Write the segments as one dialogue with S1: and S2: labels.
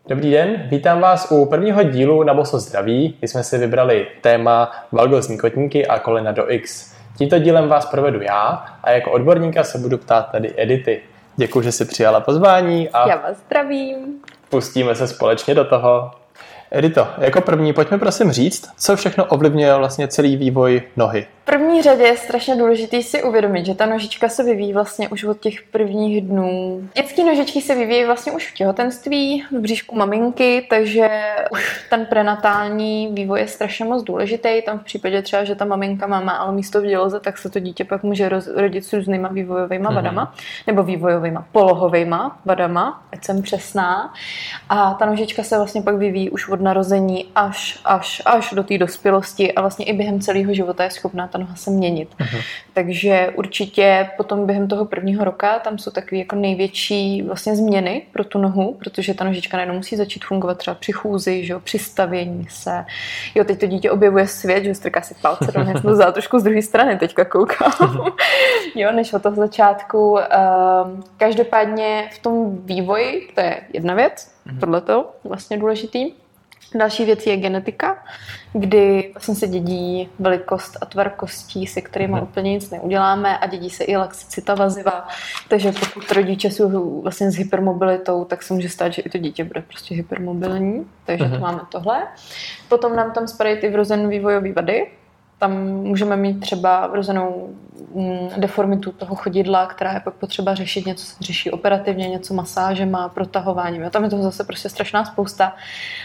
S1: Dobrý den, vítám vás u prvního dílu Na boso zdraví, kdy jsme si vybrali téma valgózní kotníky a kolena do X. Tímto dílem vás provedu já a jako odborníka se budu ptát tady Edity. Děkuji, že jsi přijala pozvání a
S2: já vás zdravím.
S1: Pustíme se společně do toho. Edito, jako první pojďme prosím říct, co všechno ovlivňuje vlastně celý vývoj nohy.
S2: V první řadě je strašně důležité si uvědomit, že ta nožička se vyvíjí vlastně už od těch prvních dnů. Dětské nožičky se vyvíjí vlastně už v těhotenství, v bříšku maminky, takže už ten prenatální vývoj je strašně moc důležitý. Tam v případě třeba, že ta maminka má ale místo v děloze, tak se to dítě pak může rodit s různýma vývojovými vadama, nebo vývojovými polohovými vadama, ať jsem přesná. A ta nožička se vlastně pak vyvíjí už od narození až do té dospělosti a vlastně i během celého života je schopná ta noha se měnit. Takže určitě potom během toho prvního roka tam jsou takové jako největší vlastně změny pro tu nohu, protože ta nožička najednou musí začít fungovat třeba při chůzi, že jo, při stavění se. Jo, teď to dítě objevuje svět, že strká si palce do zátrošku z druhé strany, teďka koukám. Jo, než od toho začátku. Každopádně v tom vývoji, to je jedna věc, tohleto vlastně důležitý. Další věc je genetika, kdy vlastně se dědí velikost a tvar kostí, se kterými úplně nic neuděláme a dědí se i laxicita vaziva. Takže pokud rodiče jsou vlastně s hypermobilitou, tak se může stát, že i to dítě bude prostě hypermobilní. Takže to máme tohle. Potom nám tam spadají ty vrozené vývojové vady. Tam můžeme mít třeba vrozenou deformitu toho chodidla, která je pak potřeba řešit, něco se řeší operativně, něco masážema, protahováním. Tam je toho zase prostě strašná spousta.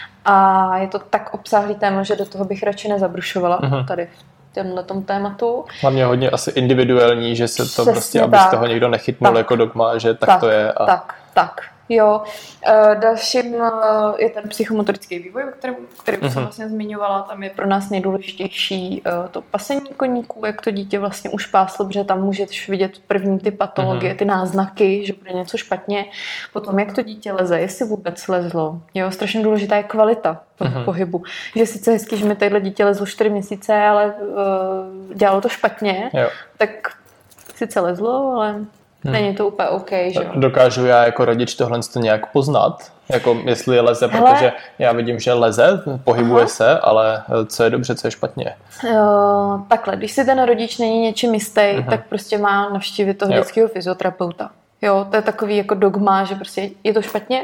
S2: A je to tak obsáhlý téma, že do toho bych radši nezabrušovala tady v tomhletom tématu.
S1: Hlavně hodně asi individuální, že se to přesně prostě, aby z toho někdo nechytnul jako dogma, že tak to je. A...
S2: Tak. Jo. Dalším je ten psychomotorický vývoj, který jsem vlastně zmiňovala. Tam je pro nás nejdůležitější to pasení koníků, jak to dítě vlastně už páslo, protože tam můžeš vidět první ty patologie, ty náznaky, že bude něco špatně. Potom, jak to dítě leze, jestli vůbec lezlo. Jo, strašně důležitá je kvalita toho pohybu. Že sice hezky, že mi tadyhle dítě lezlo 4 měsíce, ale dělalo to špatně, tak sice lezlo, ale... Není to úplně OK, že jo?
S1: Dokážu já jako rodič tohle nějak poznat? Jako jestli leze, protože já vidím, že leze, pohybuje se, ale co je dobře, co je špatně?
S2: Takhle, když si ten rodič není něčím jistý, tak prostě má navštívit toho dětského fyzioterapeuta. Jo, to je takový jako dogma, že prostě je to špatně,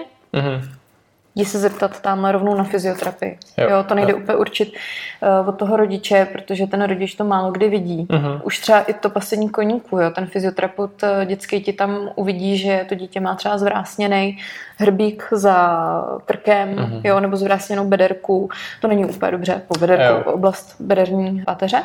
S2: jdi se zeptat tamhle rovnou na fyzioterapii. Jo, to nejde úplně určit od toho rodiče, protože ten rodič to málo kdy vidí. Už třeba i to pasení koníků, jo, ten fyzioterapeut dětský ti tam uvidí, že to dítě má třeba zvrásněný hrbík za krkem, jo, nebo zvrásněnou bederku. To není úplně dobře po bederku, oblast bederní páteře.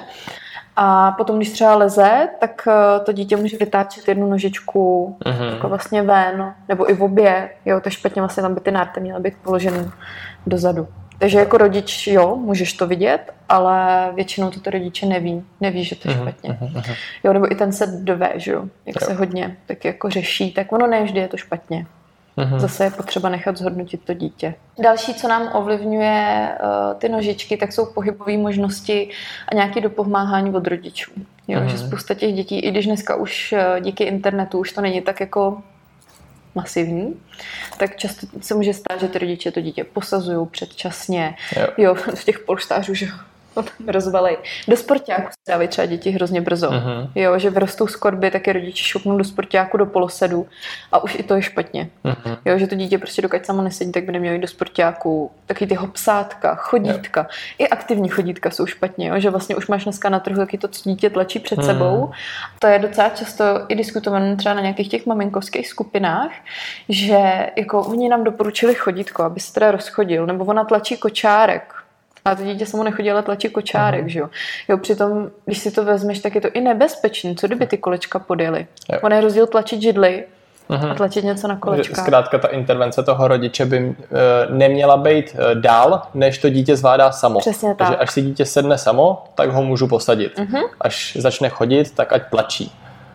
S2: A potom, když třeba leze, tak to dítě může vytáčet jednu nožičku jako vlastně ven, nebo i v obě. Jo, to je špatně, vlastně tam by ty nárty měly být položený dozadu. Takže jako rodič, jo, můžeš to vidět, ale většinou to rodiče neví, že to je špatně. Jo, nebo i ten se dove, že jo, jak se hodně tak jako řeší, tak ono ne vždy je to špatně. Zase je potřeba nechat zhodnotit to dítě. Další, co nám ovlivňuje ty nožičky, tak jsou pohybové možnosti a nějaké dopomáhání od rodičů. Jo, že spousta těch dětí, i když dneska už díky internetu už to není tak jako masivní, tak často se může stát, že ty rodiče to dítě posazují předčasně. Jo, v těch polštářů, že rozvalej. Do sportáku se dávají třeba děti hrozně brzo. Jo, že vyrostou z korby, tak je rodiče šupnou do sportáku do polosedu a už i to je špatně. Jo, že to dítě prostě dokud samo nesedí, tak by nemělo jít do sportáku. Taky ty hopsátka, chodítka. I aktivní chodítka jsou špatně, jo, že vlastně už máš dneska na trhu taky to, co dítě tlačí před sebou. To je docela často i diskutované třeba na nějakých těch maminkovských skupinách, že jako oni nám doporučili chodítko, aby se teda rozchodil, nebo ona tlačí kočárek. A to dítě samo nechodí, ale tlačí kočárek, že jo. Jo, přitom, když si to vezmeš, tak je to i nebezpečné. Co kdyby ty kolečka podjely? On je rozdíl tlačit židli a tlačit něco na kolečka.
S1: Zkrátka ta intervence toho rodiče by neměla být dál, než to dítě zvládá samo.
S2: Přesně tak.
S1: Takže až si dítě sedne samo, tak ho můžu posadit. Až začne chodit, tak ať tlačí.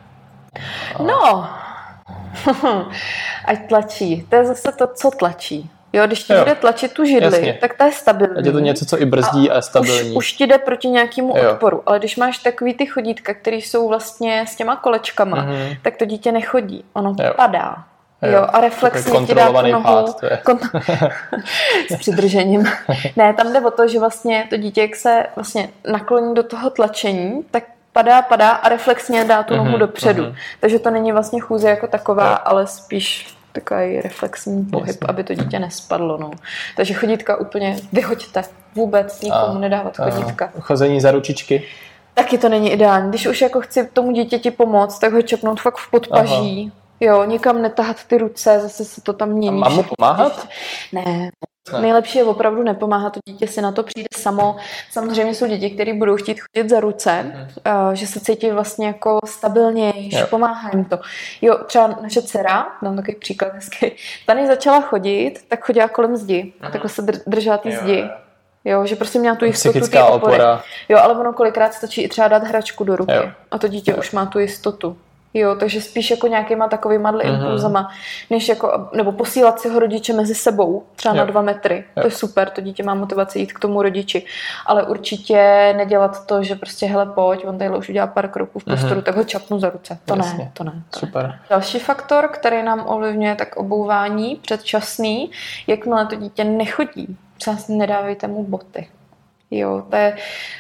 S2: No, ať tlačí. To je zase to, co tlačí. Jo, když ti bude tlačit tu židli, tak ta je stabilní.
S1: Je to něco, co i brzdí a je stabilní.
S2: Už ti jde proti nějakému odporu. Ale když máš takový ty chodítka, které jsou vlastně s těma kolečkama, tak to dítě nechodí. Ono padá. Jo, a reflexně ti dá tu nohu
S1: pád, to je.
S2: s přidržením. Ne, tam jde o to, že vlastně to dítě, jak se vlastně nakloní do toho tlačení, tak padá a reflexně dá tu nohu dopředu. Takže to není vlastně chůze jako taková, ale spíš takový reflexní pohyb, aby to dítě nespadlo. No. Takže chodítka úplně vyhoďte. Vůbec nikomu nedávat chodítka.
S1: Chození za ručičky?
S2: Taky to není ideální. Když už jako chci tomu dítěti pomoct, tak ho čepnout fakt v podpaží. Jo, nikam netahat ty ruce, zase se to tam mění.
S1: A mám mu pomáhat?
S2: Ne. Nejlepší je opravdu nepomáhat, to dítě si na to přijde samo. Samozřejmě jsou děti, které budou chtít chodit za ruce, že se cítí vlastně jako stabilnější, pomáhá jim to. Jo, třeba naše dcera, dám takový příklad hezký, ta než začala chodit, tak chodila kolem zdi a takhle se držela ty zdi. Jo, že prostě měla tu jistotu.
S1: Psychická opora.
S2: Jo, ale ono kolikrát stačí i třeba dát hračku do ruky a to dítě už má tu jistotu. Jo, takže spíš jako nějakýma takovýma impulzama, než jako, nebo posílat si ho rodiče mezi sebou, třeba na 2 metry. To je super, to dítě má motivaci jít k tomu rodiči. Ale určitě nedělat to, že prostě hele pojď, on tady už udělá pár kroků v prostoru, tak ho čapnu za ruce. To ne.
S1: Super.
S2: Další faktor, který nám ovlivňuje, tak obouvání předčasný, jakmile to dítě nechodí, třeba nedávejte mu boty. Jo, to je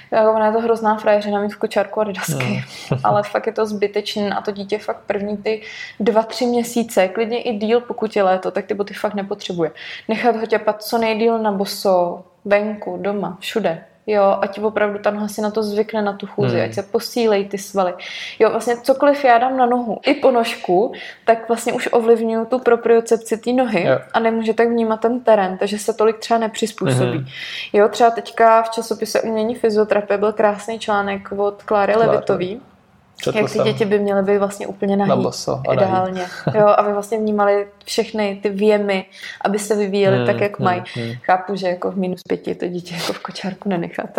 S2: to hrozná frajeřina mít v kočárku adidasky, ale fakt je to zbytečné a to dítě fakt první ty 2-3 měsíce, klidně i díl, pokud je léto, tak ty boty fakt nepotřebuje. Nechat ho těpat co nejdýl na boso, venku, doma, všude. Jo, ať opravdu tam si na to zvykne, na tu chůzi, ať se posílej ty svaly. Jo, vlastně cokoliv já dám na nohu, i ponožku, tak vlastně už ovlivňuju tu propriocepci té nohy a nemůže tak vnímat ten terén, takže se tolik třeba nepřizpůsobí. Jo, třeba teďka v časopise Umění fyzioterapie byl krásný článek od Kláry Levitový, jak ty děti by měly být vlastně úplně nahý, ideálně. Jo, aby vlastně vnímali všechny ty věmy, aby se vyvíjeli tak, jak mají. Chápu, že jako v -5 to dítě jako v kočárku nenecháte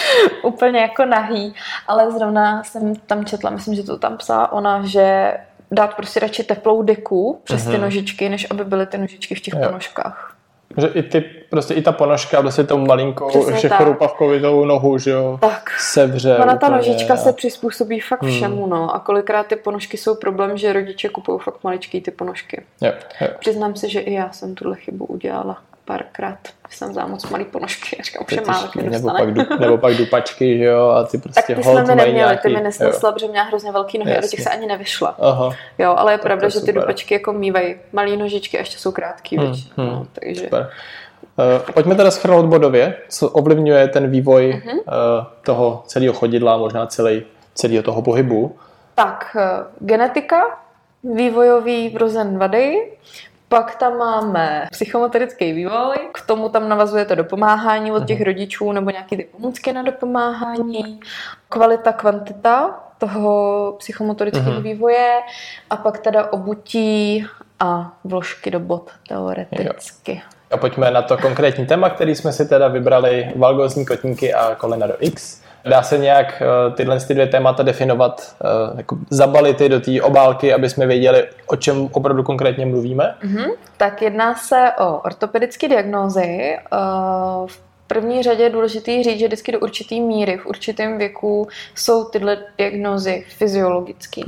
S2: úplně jako nahý, ale zrovna jsem tam četla, myslím, že to tam psala ona, že dát prostě radši teplou deku přes ty nožičky, než aby byly ty nožičky v těch ponožkách.
S1: Že i ta ponožka, prostě tou malinkou, ještě chrupavkovitou nohu, že jo, sevře.
S2: Ona ta nožička se přizpůsobí fakt všemu, no. A kolikrát ty ponožky jsou problém, že rodiče kupují fakt maličký ty ponožky. Přiznám se, že i já jsem tuhle chybu udělala párkrát. Jsem vzala moc malý ponožky. Říkám, už je málo,
S1: nebo pak dupačky, že jo, a ty prostě
S2: tak ty jsme mi neměli, ty mi nesnesla, protože měla hrozně velký nohy a do těch se ani nevyšla. Jo, ale je pravda, že ty dupačky jako mývají malý nožičky a ještě jsou krátký většinou. Takže...
S1: Super. Pojďme teda shrnout bodově, co ovlivňuje ten vývoj toho celého chodidla, možná celého toho pohybu.
S2: Tak, genetika, vývojový vrozen vady, pak tam máme psychomotorický vývoj, k tomu tam navazuje to dopomáhání od těch rodičů nebo nějaké ty pomůcky na dopomáhání, kvalita, kvantita toho psychomotorického vývoje a pak teda obutí a vložky do bot teoreticky.
S1: A pojďme na to konkrétní téma, který jsme si teda vybrali, valgózní kotníky a kolena do X. Dá se nějak tyhle 2 témata definovat, jako zabalit je do té obálky, aby jsme věděli, o čem opravdu konkrétně mluvíme?
S2: Tak jedná se o ortopedické diagnózy. V první řadě je důležité říct, že vždycky do určité míry, v určitém věku jsou tyhle diagnózy fyziologické.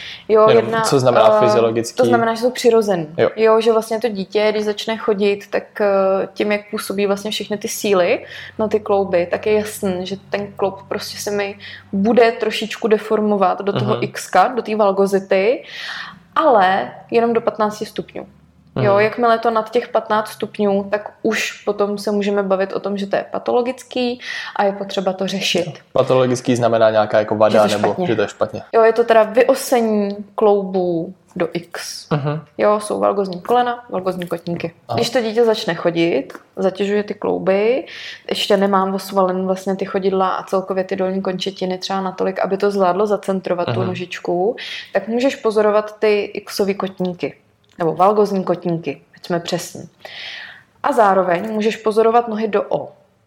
S1: Co znamená fyziologický?
S2: To znamená, že jsou přirozený. Jo, že vlastně to dítě, když začne chodit, tak tím, jak působí vlastně všechny ty síly na ty klouby, tak je jasný, že ten kloub prostě se mi bude trošičku deformovat do toho X-ka, do té valgozity, ale jenom do 15 stupňů. Jo, jakmile to nad těch 15 stupňů, tak už potom se můžeme bavit o tom, že to je patologický a je potřeba to řešit.
S1: Patologický znamená nějaká jako vada, nebo že to je špatně.
S2: Jo, je to teda vyosení kloubů do X. Jo, jsou valgózní kolena, valgózní kotníky. Když to dítě začne chodit, zatěžuje ty klouby, ještě nemám osvalen vlastně ty chodidla a celkově ty dolní končetiny třeba natolik, aby to zvládlo zacentrovat tu nožičku, tak můžeš pozorovat ty X-ový kotníky. Nebo valgózní kotníky, ať jsme přesní. A zároveň můžeš pozorovat nohy do O.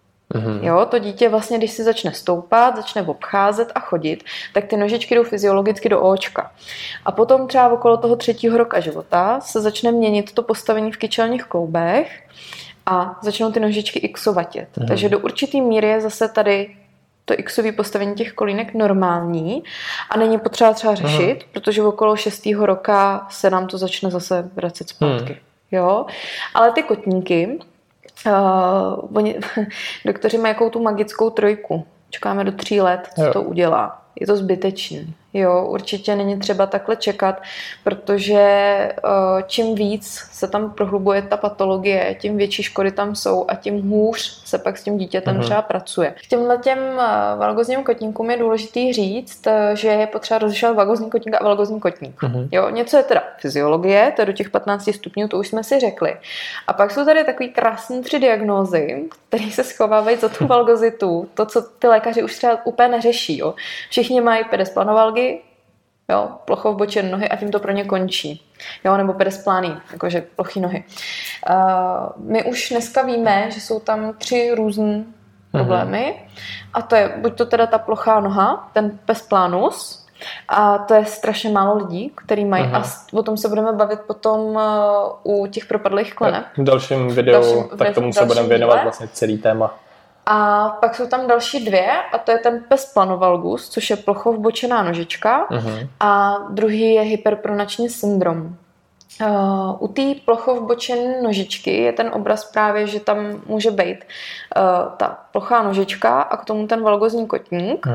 S2: Jo, to dítě vlastně, když si začne stoupat, začne obcházet a chodit, tak ty nožičky jdou fyziologicky do Očka. A potom třeba okolo toho 3. roka života se začne měnit to postavení v kyčelních kloubech a začnou ty nožičky Xovatět. Takže do určitý míry je zase tady to X-ové postavení těch kolínek normální a není potřeba třeba řešit, protože okolo 6. roka se nám to začne zase vracet zpátky. Jo? Ale ty kotníky, doktoři mají jakou tu magickou trojku. Čekáme do 3 let, co to udělá. Je to zbytečný. Jo, určitě není třeba takhle čekat, protože čím víc se tam prohlubuje ta patologie, tím větší škody tam jsou a tím hůř se pak s tím dítětem třeba pracuje. K těmhletěm valgozním kotníkům je důležitý říct, že je potřeba rozlišovat valgozní kotník a valgozní kotník. Jo, něco je teda fyziologie, to je do těch 15 stupňů, to už jsme si řekli. A pak jsou tady takový krásný 3 diagnózy, které se schovávají za tu valgozitu, to, co ty lékaři už třeba úplně neřeší. Jo. Všichni mají pedesplanovalgy, jo, plochoobbočené nohy a tím to pro ně končí. Jo, nebo pedesplány, jakože plochý nohy. My už dneska víme, že jsou tam 3 různé problémy a to je buď to teda ta plochá noha, ten pes planus, a to je strašně málo lidí, který mají a o tom se budeme bavit potom u těch propadlých kleneb.
S1: V dalším videu, tak tomu se budeme věnovat vlastně celý téma.
S2: A pak jsou tam další 2 a to je ten pes planovalgus, což je plochoobbočená nožička a druhý je hyperpronační syndrom. U té plochoobbočené nožičky je ten obraz právě, že tam může být ta plochá nožička a k tomu ten valgozní kotník.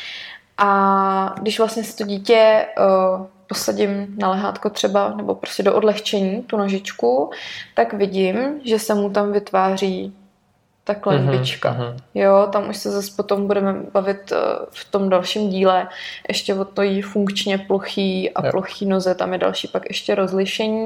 S2: A když vlastně si to dítě posadím na lehátko třeba nebo prostě do odlehčení tu nožičku, tak vidím, že se mu tam vytváří ta klenbička. Jo, tam už se zase potom budeme bavit v tom dalším díle ještě o to jí funkčně plochý a plochý noze, tam je další pak ještě rozlišení.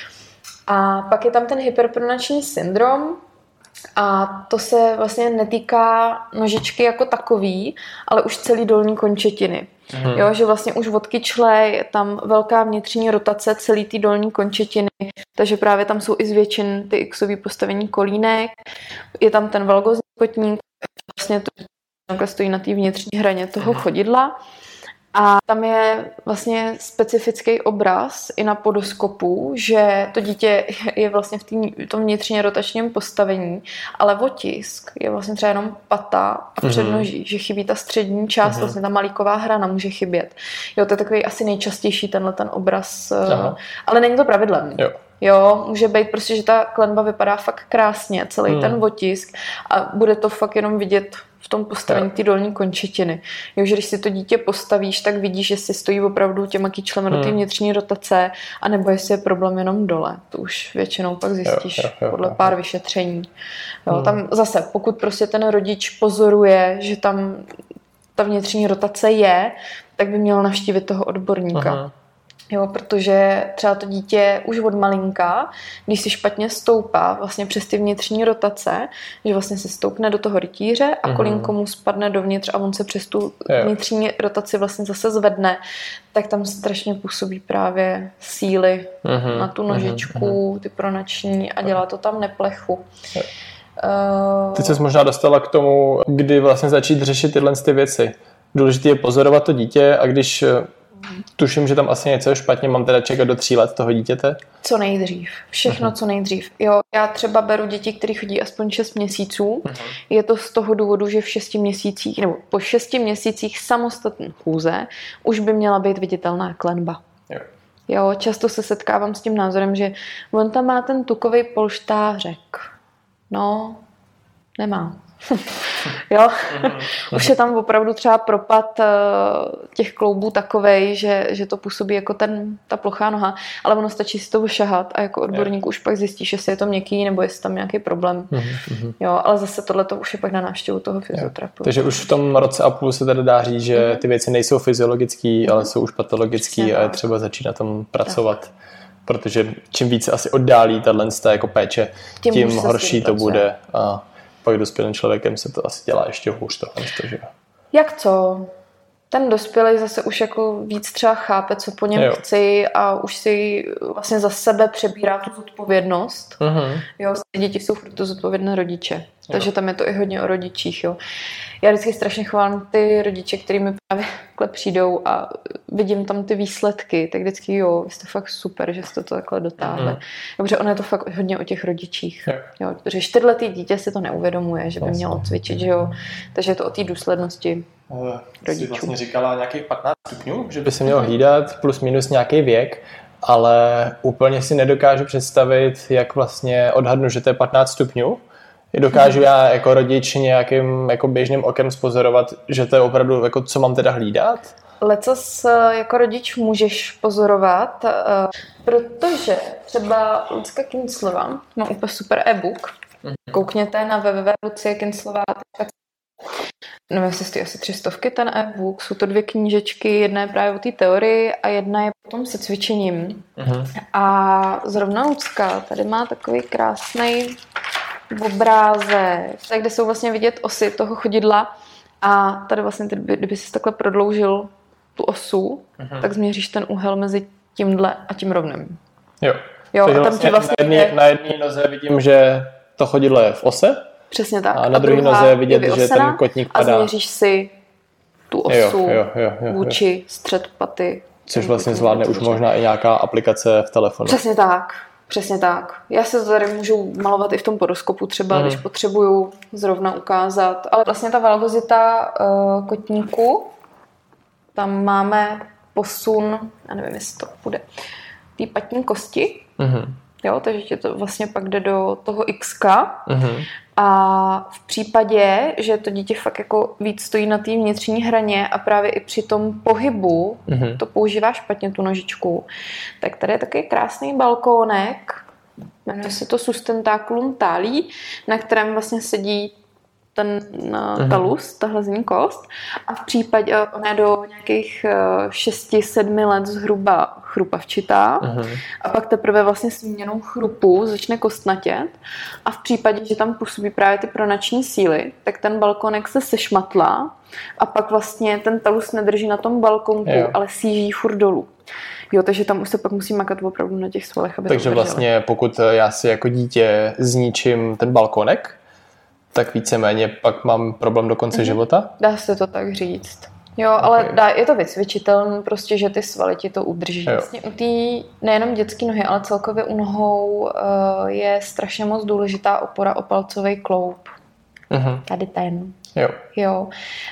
S2: A pak je tam ten hyperpronační syndrom a to se vlastně netýká nožičky jako takový, ale už celý dolní končetiny. Jo, že vlastně už od kyčle je tam velká vnitřní rotace celý ty dolní končetiny, takže právě tam jsou i zvětšen ty X-ový postavení kolínek, je tam ten valgozní kotník, vlastně to stojí na té vnitřní hraně toho chodidla a tam je vlastně specifický obraz i na podoskopu, že to dítě je vlastně v tom vnitřně rotačním postavení, ale otisk je vlastně třeba jenom pata a přednoží, že chybí ta střední část, vlastně ta malíková hrana může chybět. Jo, to je takový asi nejčastější ten obraz, ale není to pravidlem. Jo, může být prostě, že ta klenba vypadá fakt krásně, celý ten otisk a bude to fakt jenom vidět v tom postavení ty dolní končetiny. Jo, že když si to dítě postavíš, tak vidíš, že si stojí opravdu těma kyčlemi do té vnitřní rotace, anebo jestli je problém jenom dole. To už většinou pak zjistíš podle pár vyšetření. Jo, tam zase, pokud prostě ten rodič pozoruje, že tam ta vnitřní rotace je, tak by měl navštívit toho odborníka. Jo, protože třeba to dítě už od malinka, když si špatně stoupá vlastně přes ty vnitřní rotace, že vlastně se stoupne do toho rytíře a kolínko mu spadne dovnitř a on se přes tu vnitřní rotaci vlastně zase zvedne, tak tam strašně působí právě síly na tu nožičku, ty pronační a dělá to tam neplechu.
S1: Ty jsi možná dostala k tomu, kdy vlastně začít řešit tyhle ty věci. Důležité je pozorovat to dítě a když tuším, že tam asi něco je špatně, mám teda čekat do 3 let toho dítěte?
S2: Co nejdřív. Všechno, co nejdřív. Jo, já třeba beru děti, které chodí aspoň 6 měsíců. Je to z toho důvodu, že v 6 měsících, nebo po 6 měsících samostatné chůze už by měla být viditelná klenba. Jo, často se setkávám s tím názorem, že on tam má ten tukový polštářek. No, nemá. Jo? Už je tam opravdu třeba propad těch kloubů takovej, že to působí jako ta plochá noha, ale ono stačí si to ošahat a jako odborník už pak zjistíš, jestli je to měkký nebo jestli tam nějaký problém. Jo, ale zase tohle to už je pak na návštěvu toho fyzioterapeuta.
S1: Takže už v tom roce a půl se tady dá říct, že ty věci nejsou fyziologické, ale jsou už patologické a je třeba začít na tom pracovat. Tak. Protože čím více asi oddálí tato jako péče, tím horší to bude a pak dospělým člověkem se to asi dělá ještě hůř.
S2: Jak co? Ten dospělý zase už jako víc třeba chápe, co po něm chci a už si vlastně za sebe přebírá tu zodpovědnost. Jo, děti jsou furt to zodpovědné rodiče. Takže tam je to i hodně o rodičích, jo. Já vždycky strašně chválím ty rodiče, který mi právě takhle přijdou a vidím tam ty výsledky, tak vždycky jo, jste fakt super, že jste to takhle dotáhli. Dobře, ono je to fakt hodně o těch rodičích. Jo, protože 4letý dítě si to neuvědomuje, že by mělo cvičit, že jo. Takže je to o té důslednosti rodičů.
S1: Jsi vlastně říkala nějakých 15 stupňů, že by se mělo hlídat plus minus nějaký věk, ale úplně si nedokážu představit, jak vlastně odhadnu, že to je 15 stupňů. Dokážu já jako rodič nějakým jako běžným okem zpozorovat, že to je opravdu, jako, co mám teda hlídat?
S2: Lecos jako rodič můžeš pozorovat, protože třeba Lucka Kinclová má úplně super e-book. Koukněte na www.luciakinclová.cz. Nevím, jestli stojí asi 300 ten e-book. Jsou to 2 knížečky, jedna je právě o té teorii a jedna je potom se cvičením. A zrovna Lucka tady má takový krásný obrázek, kde jsou vlastně vidět osy toho chodidla a tady vlastně, kdyby jsi takhle prodloužil tu osu, tak změříš ten úhel mezi tímhle a tím rovným.
S1: Jo.
S2: A tam vlastně
S1: na jedné noze vidím, že to chodidlo je v ose.
S2: Přesně tak.
S1: A na druhé noze je vidět, že ten kotník padá.
S2: A změříš si tu osu vůči střed paty.
S1: Což vlastně zvládne už možná i nějaká aplikace v telefonu.
S2: Přesně tak. Já se to tady můžu malovat i v tom podoskopu třeba, když potřebuju zrovna ukázat. Ale vlastně ta valgozita kotníku, tam máme posun, já nevím, jestli to bude, té patní kosti. Jo, takže ti to vlastně pak jde do toho X-ka. A v případě, že to dítě fakt jako víc stojí na té vnitřní hraně a právě i při tom pohybu to používá špatně tu nožičku, tak tady je takový krásný balkónek, jmenuje se to Sustentaculum thalii, na kterém vlastně sedí ten talus, ta hlazní kost a v případě, ona je do nějakých 6-7 let zhruba chrupavčitá a pak teprve vlastně s výměnou chrupu začne kostnatět a v případě, že tam působí právě ty pronační síly, tak ten balkonek se sešmatlá a pak vlastně ten talus nedrží na tom balkonku, ale sjíždí furt dolů. Jo, takže tam už se pak musí makat opravdu na těch svalech, aby
S1: takže vlastně pokud já si jako dítě zničím ten balkonek, tak víceméně pak mám problém do konce života?
S2: Dá se to tak říct. Jo, ale je to vycvičitelné, prostě, že ty svaly ti to udrží. Vlastně u té nejenom dětské nohy, ale celkově u nohou je strašně moc důležitá opora o palcový kloub. Tady ten. Jo.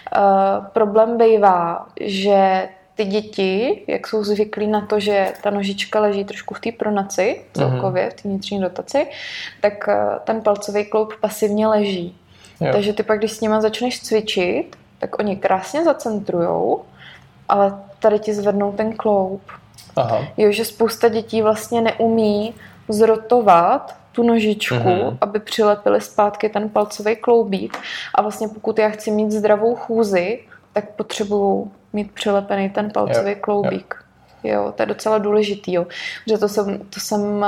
S2: Problém bývá, že ty děti, jak jsou zvyklí na to, že ta nožička leží trošku v té pronaci, celkově v té vnitřní dotaci, tak ten palcový kloub pasivně leží. Takže ty pak, když s nima začneš cvičit, tak oni krásně zacentrujou, ale tady ti zvednou ten kloub. Jo, že spousta dětí vlastně neumí zrotovat tu nožičku, aby přilepili zpátky ten palcový kloubík. A vlastně pokud já chci mít zdravou chůzi, tak potřebuju mít přilepený ten palcový kloubík. Jo, to je docela důležitý, jo. Protože to jsem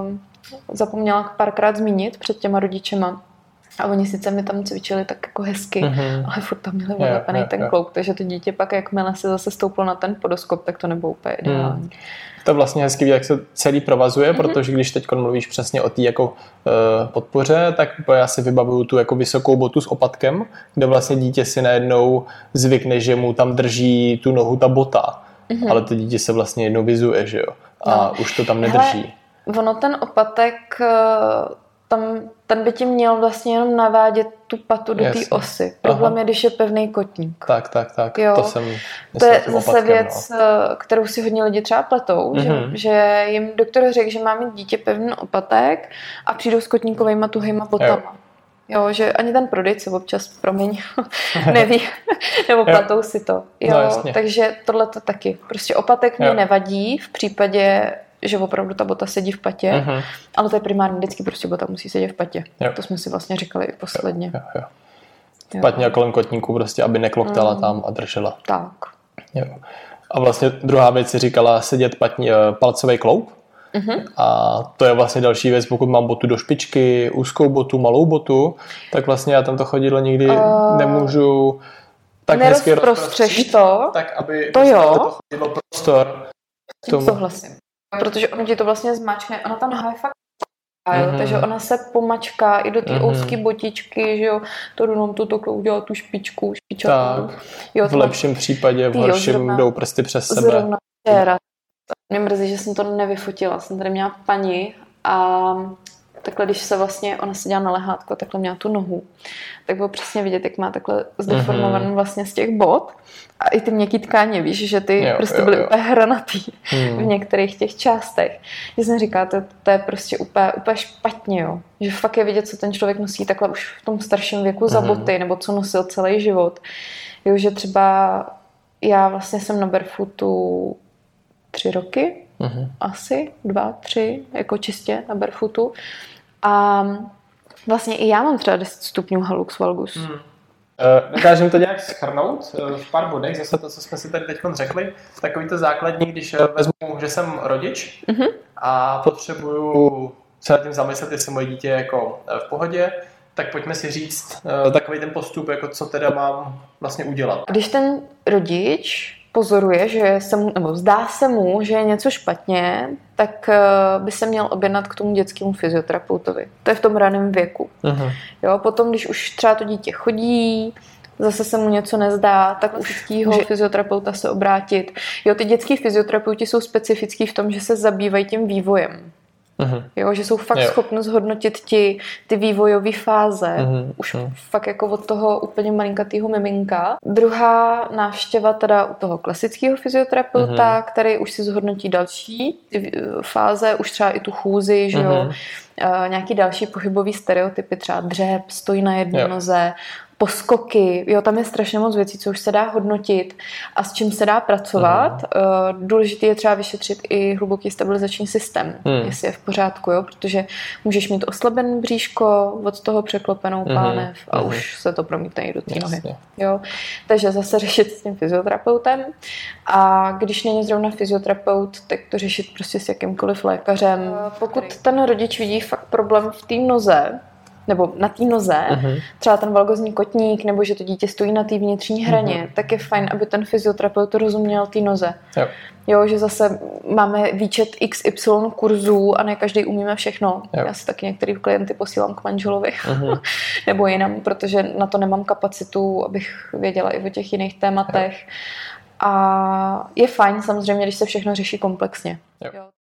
S2: zapomněla párkrát zmínit před těma rodičema. A oni sice mi tam cvičili tak jako hezky, ale furt tam měli vylepený ten kloub, takže to dítě pak, jakmile se zase stouplo na ten podoskop, tak to nebylo úplně ideální.
S1: To je vlastně hezký, jak se celý provazuje, protože když teď mluvíš přesně o té jako podpoře, tak já si vybavuju tu jako vysokou botu s opatkem, kde vlastně dítě si najednou zvykne, že mu tam drží tu nohu ta bota, ale to dítě se vlastně jednou vyzuje, že jo, a už to tam nedrží.
S2: Hele, ono ten opatek, ten by ti měl vlastně jenom navádět tu patu do té osy. Problém je, když je pevný kotník.
S1: Tak.
S2: Jo.
S1: To je
S2: zase opatkem, věc, kterou si hodně lidi třeba pletou, že jim doktor řekl, že má mít dítě pevný opatek a přijdou s kotníkovejma tuhejma botama. Jo, že ani ten prodejce občas, promiň, neví, nebo platou si to. Jo, takže tohle to taky. Prostě opatek mě nevadí v případě, že opravdu ta bota sedí v patě, ale to je primárně vždycky prostě bota musí sedět v patě. To jsme si vlastně říkali i posledně.
S1: Patně a kolem kotníku prostě, aby nekloktala tam a držela.
S2: Tak.
S1: Jo. A vlastně druhá věc si říkala sedět palcový kloub. A to je vlastně další věc, pokud mám botu do špičky, úzkou botu, malou botu, tak vlastně já tam to chodidlo nikdy nemůžu tak hezky rozprostřít, tak aby to chodidlo prostor.
S2: Tím souhlasím. Protože ono ti to vlastně zmáčkne, ona ta noha je fakt Takže ona se pomačká i do té úzké botičky, že jo, to jenom to takhle udělá tu špičku, špičatku.
S1: V lepším případě, v horším jdou prsty přes sebe.
S2: Zrovna včera. Mě mrzí, že jsem to nevyfotila. Jsem tady měla paní a takhle, když se vlastně, ona seděla na lehátku a takhle měla tu nohu, tak bylo přesně vidět, jak má takhle zdeformovaný vlastně z těch bod. A i ty měkký tkáně, víš, že ty prostě byly úplně hranatý v některých těch částech. Já jsem říkala, to je prostě úplně špatně, jo. Že fakt je vidět, co ten člověk nosí takhle už v tom starším věku za boty, nebo co nosil celý život. Jo, že třeba já vlastně jsem na barefootu 3 roky, asi 2, 3, jako čistě na barefootu. A vlastně i já mám třeba 10 stupňů hallux valgus.
S1: Dokážeme to nějak shrnout v pár bodech, zase to, co jsme si tady teď řekli. Takový to základní, když vezmu, že jsem rodič a potřebuju se nad tím zamyslet, jestli moje dítě je jako v pohodě, tak pojďme si říct takový ten postup, jako co teda mám vlastně udělat.
S2: Když ten rodič pozoruje, že nebo zdá se mu, že je něco špatně, tak by se měl objednat k tomu dětskému fyzioterapeutovi. To je v tom raném věku. Jo, potom, když už třeba to dítě chodí, zase se mu něco nezdá, tak už tího fyzioterapeuta se obrátit. Jo, ty dětský fyzioterapeuti jsou specifický v tom, že se zabývají tím vývojem. Jo, že jsou fakt schopni zhodnotit ty vývojové fáze. Už fakt jako od toho úplně malinkatýho miminka. Druhá návštěva teda u toho klasického fyzioterapeuta, který už si zhodnotí další fáze, už třeba i tu chůzi, že jo, nějaký další pohybový stereotypy, třeba dřep, stojí na jedné noze, poskoky, jo, tam je strašně moc věcí, co už se dá hodnotit a s čím se dá pracovat. Důležité je třeba vyšetřit i hluboký stabilizační systém, jestli je v pořádku, jo, protože můžeš mít oslabený bříško, od toho překlopenou pánev a už se to promítne i do té nohy. Jo. Takže zase řešit s tím fyzioterapeutem a když není zrovna fyzioterapeut, tak to řešit prostě s jakýmkoliv lékařem. Pokud ten rodič vidí fakt problém v té noze, nebo na té noze, třeba ten valgozní kotník, nebo že to dítě stojí na té vnitřní hraně, tak je fajn, aby ten fyzioterapeut rozuměl té noze. Jo, že zase máme výčet XY kurzů a ne každý umíme všechno. Já si taky některý klienty posílám k manželovi nebo jinam, protože na to nemám kapacitu, abych věděla i o těch jiných tématech. A je fajn samozřejmě, když se všechno řeší komplexně. Jo.